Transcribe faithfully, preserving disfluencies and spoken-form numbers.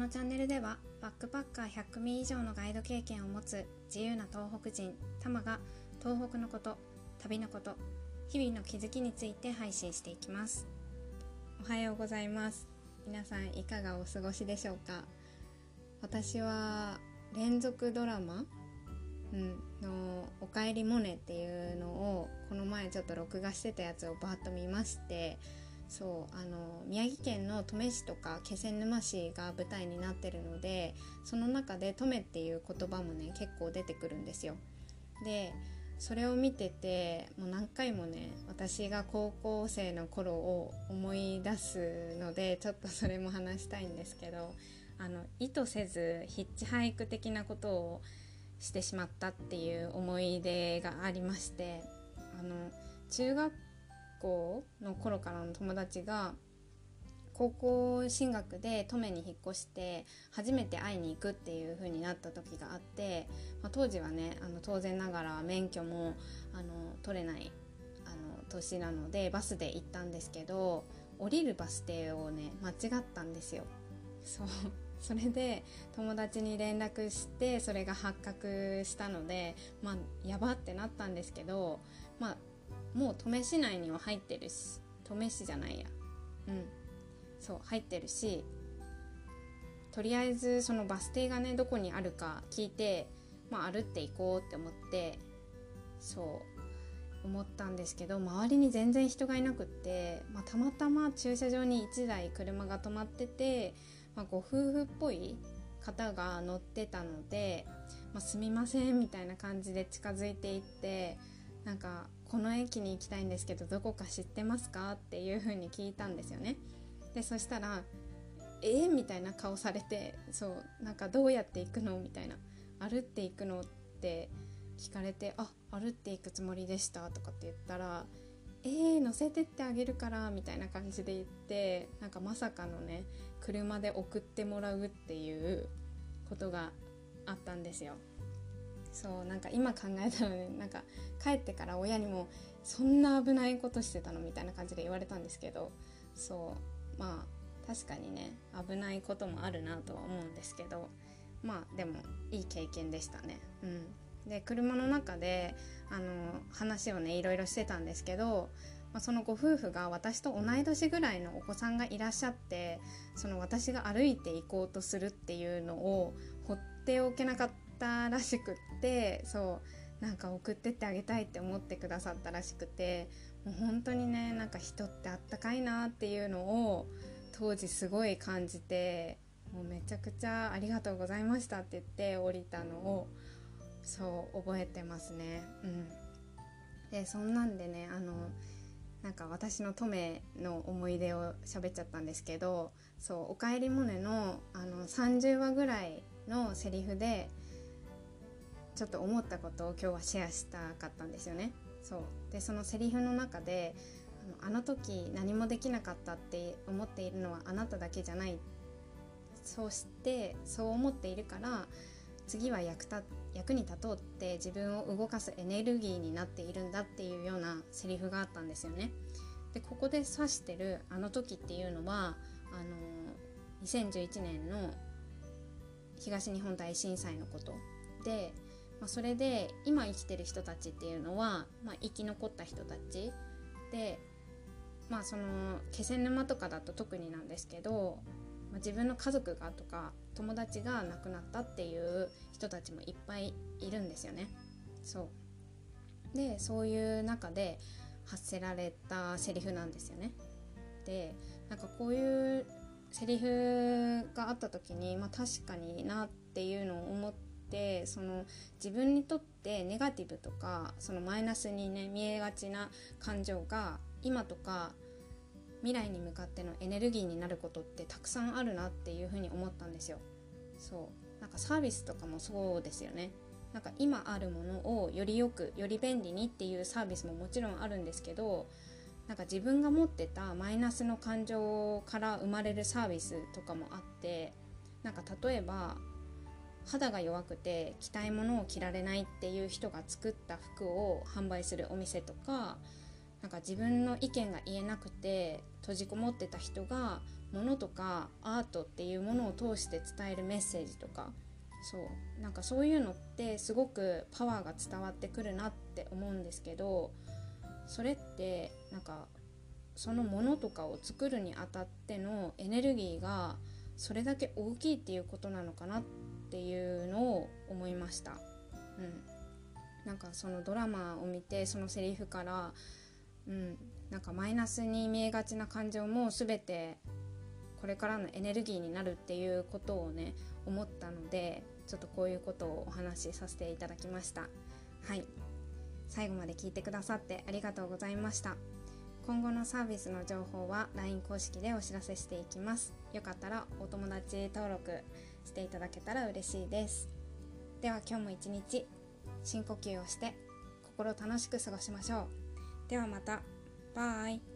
チャンネルではバックパッカーひゃく組以上のガイド経験を持つ自由な東北人タマが東北のこと、旅のこと、日々の気づきについて配信していきます。おはようございます。皆さんいかがお過ごしでしょうか。私は連続ドラマ、うん、のおかえりモネっていうのをこの前ちょっと録画してたやつをバーッと見まして、そうあの宮城県の登米市とか気仙沼市が舞台になってるので、その中で登米っていう言葉もね結構出てくるんですよ。でそれを見ててもう何回もね私が高校生の頃を思い出すので、ちょっとそれも話したいんですけど、あの意図せずヒッチハイク的なことをしてしまったっていう思い出がありまして、あの中学校の頃からの友達が高校進学で登米に引っ越して初めて会いに行くっていう風になった時があって、まあ、当時はねあの当然ながら免許もあの取れないあの年なのでバスで行ったんですけど、降りるバス停をね間違ったんですよ。そうそれで友達に連絡してそれが発覚したので、まあやばってなったんですけど、まあもう登米市内には入ってるし、登米市じゃないやうんそう入ってるし、とりあえずそのバス停がねどこにあるか聞いて、まあ歩っていこうって思ってそう思ったんですけど、周りに全然人がいなくって、まあ、たまたま駐車場にいちだい車が止まってて、まあ、ご夫婦っぽい方が乗ってたので、まあ、すみませんみたいな感じで近づいていって、なんかこの駅に行きたいんですけどどこか知ってますかっていう風に聞いたんですよね。でそしたらえー、みたいな顔されて、そうなんかどうやって行くのみたいな、歩って行くのって聞かれて、あ歩って行くつもりでしたとかって言ったら、えー、乗せてってあげるからみたいな感じで言って、なんかまさかのね車で送ってもらうっていうことがあったんですよ。そうなんか今考えたらね、なんか帰ってから親にもそんな危ないことしてたのみたいな感じで言われたんですけど、そうまあ確かにね危ないこともあるなとは思うんですけど、まあでもいい経験でしたね。うんで車の中であの話をねいろいろしてたんですけど、まあ、そのご夫婦が私と同い年ぐらいのお子さんがいらっしゃって、その私が歩いて行こうとするっていうのを放っておけなかったらしくって、そうなんか送ってってあげたいって思ってくださったらしくて、もう本当にねなんか人ってあったかいなっていうのを当時すごい感じて、もうめちゃくちゃありがとうございましたって言って降りたのをそう覚えてますね。うんでそんなんでねあのなんか私の登米の思い出を喋っちゃったんですけど、そうおかえりモネのあのさんじゅうわぐらいのセリフでちょっと思ったことを今日はシェアしたかったんですよね。そうでそのセリフの中で、あの、あの時何もできなかったって思っているのはあなただけじゃない、そうしてそう思っているから次は 役, た役に立とうって自分を動かすエネルギーになっているんだっていうようなセリフがあったんですよね。でここで指してるあの時っていうのはあのにせんじゅういちねんの東日本大震災のことで、まあ、それで今生きてる人たちっていうのは、まあ、生き残った人たちで、まあその気仙沼とかだと特になんですけど、まあ、自分の家族がとか友達が亡くなったっていう人たちもいっぱいいるんですよね。そうでそういう中で発せられたセリフなんですよね。でなんかこういうセリフがあった時に、まあ、確かになっていうのを思って、その自分にとってネガティブとかそのマイナスにね見えがちな感情が今とか未来に向かってのエネルギーになることってたくさんあるなっていうふうに思ったんですよ。そうなんかサービスとかもそうですよね。なんか今あるものをよりよくより便利にっていうサービスももちろんあるんですけど、なんか自分が持ってたマイナスの感情から生まれるサービスとかもあって、なんか例えば肌が弱くて着たいものを着られないっていう人が作った服を販売するお店とか、 なんか自分の意見が言えなくて閉じこもってた人が物とかアートっていうものを通して伝えるメッセージとか、そうなんかそういうのってすごくパワーが伝わってくるなって思うんですけど、それってなんかそのものとかを作るにあたってのエネルギーがそれだけ大きいっていうことなのかなっていうのを思いました。うん、なんかそのドラマを見てそのセリフから、うん、なんかマイナスに見えがちな感情も全てこれからのエネルギーになるっていうことをね思ったので、ちょっとこういうことをお話しさせていただきました。はい、最後まで聞いてくださってありがとうございました。今後のサービスの情報は ライン 公式でお知らせしていきます。よかったらお友達登録していただけたら嬉しいです。では今日も一日深呼吸をして心楽しく過ごしましょう。ではまた。バイ。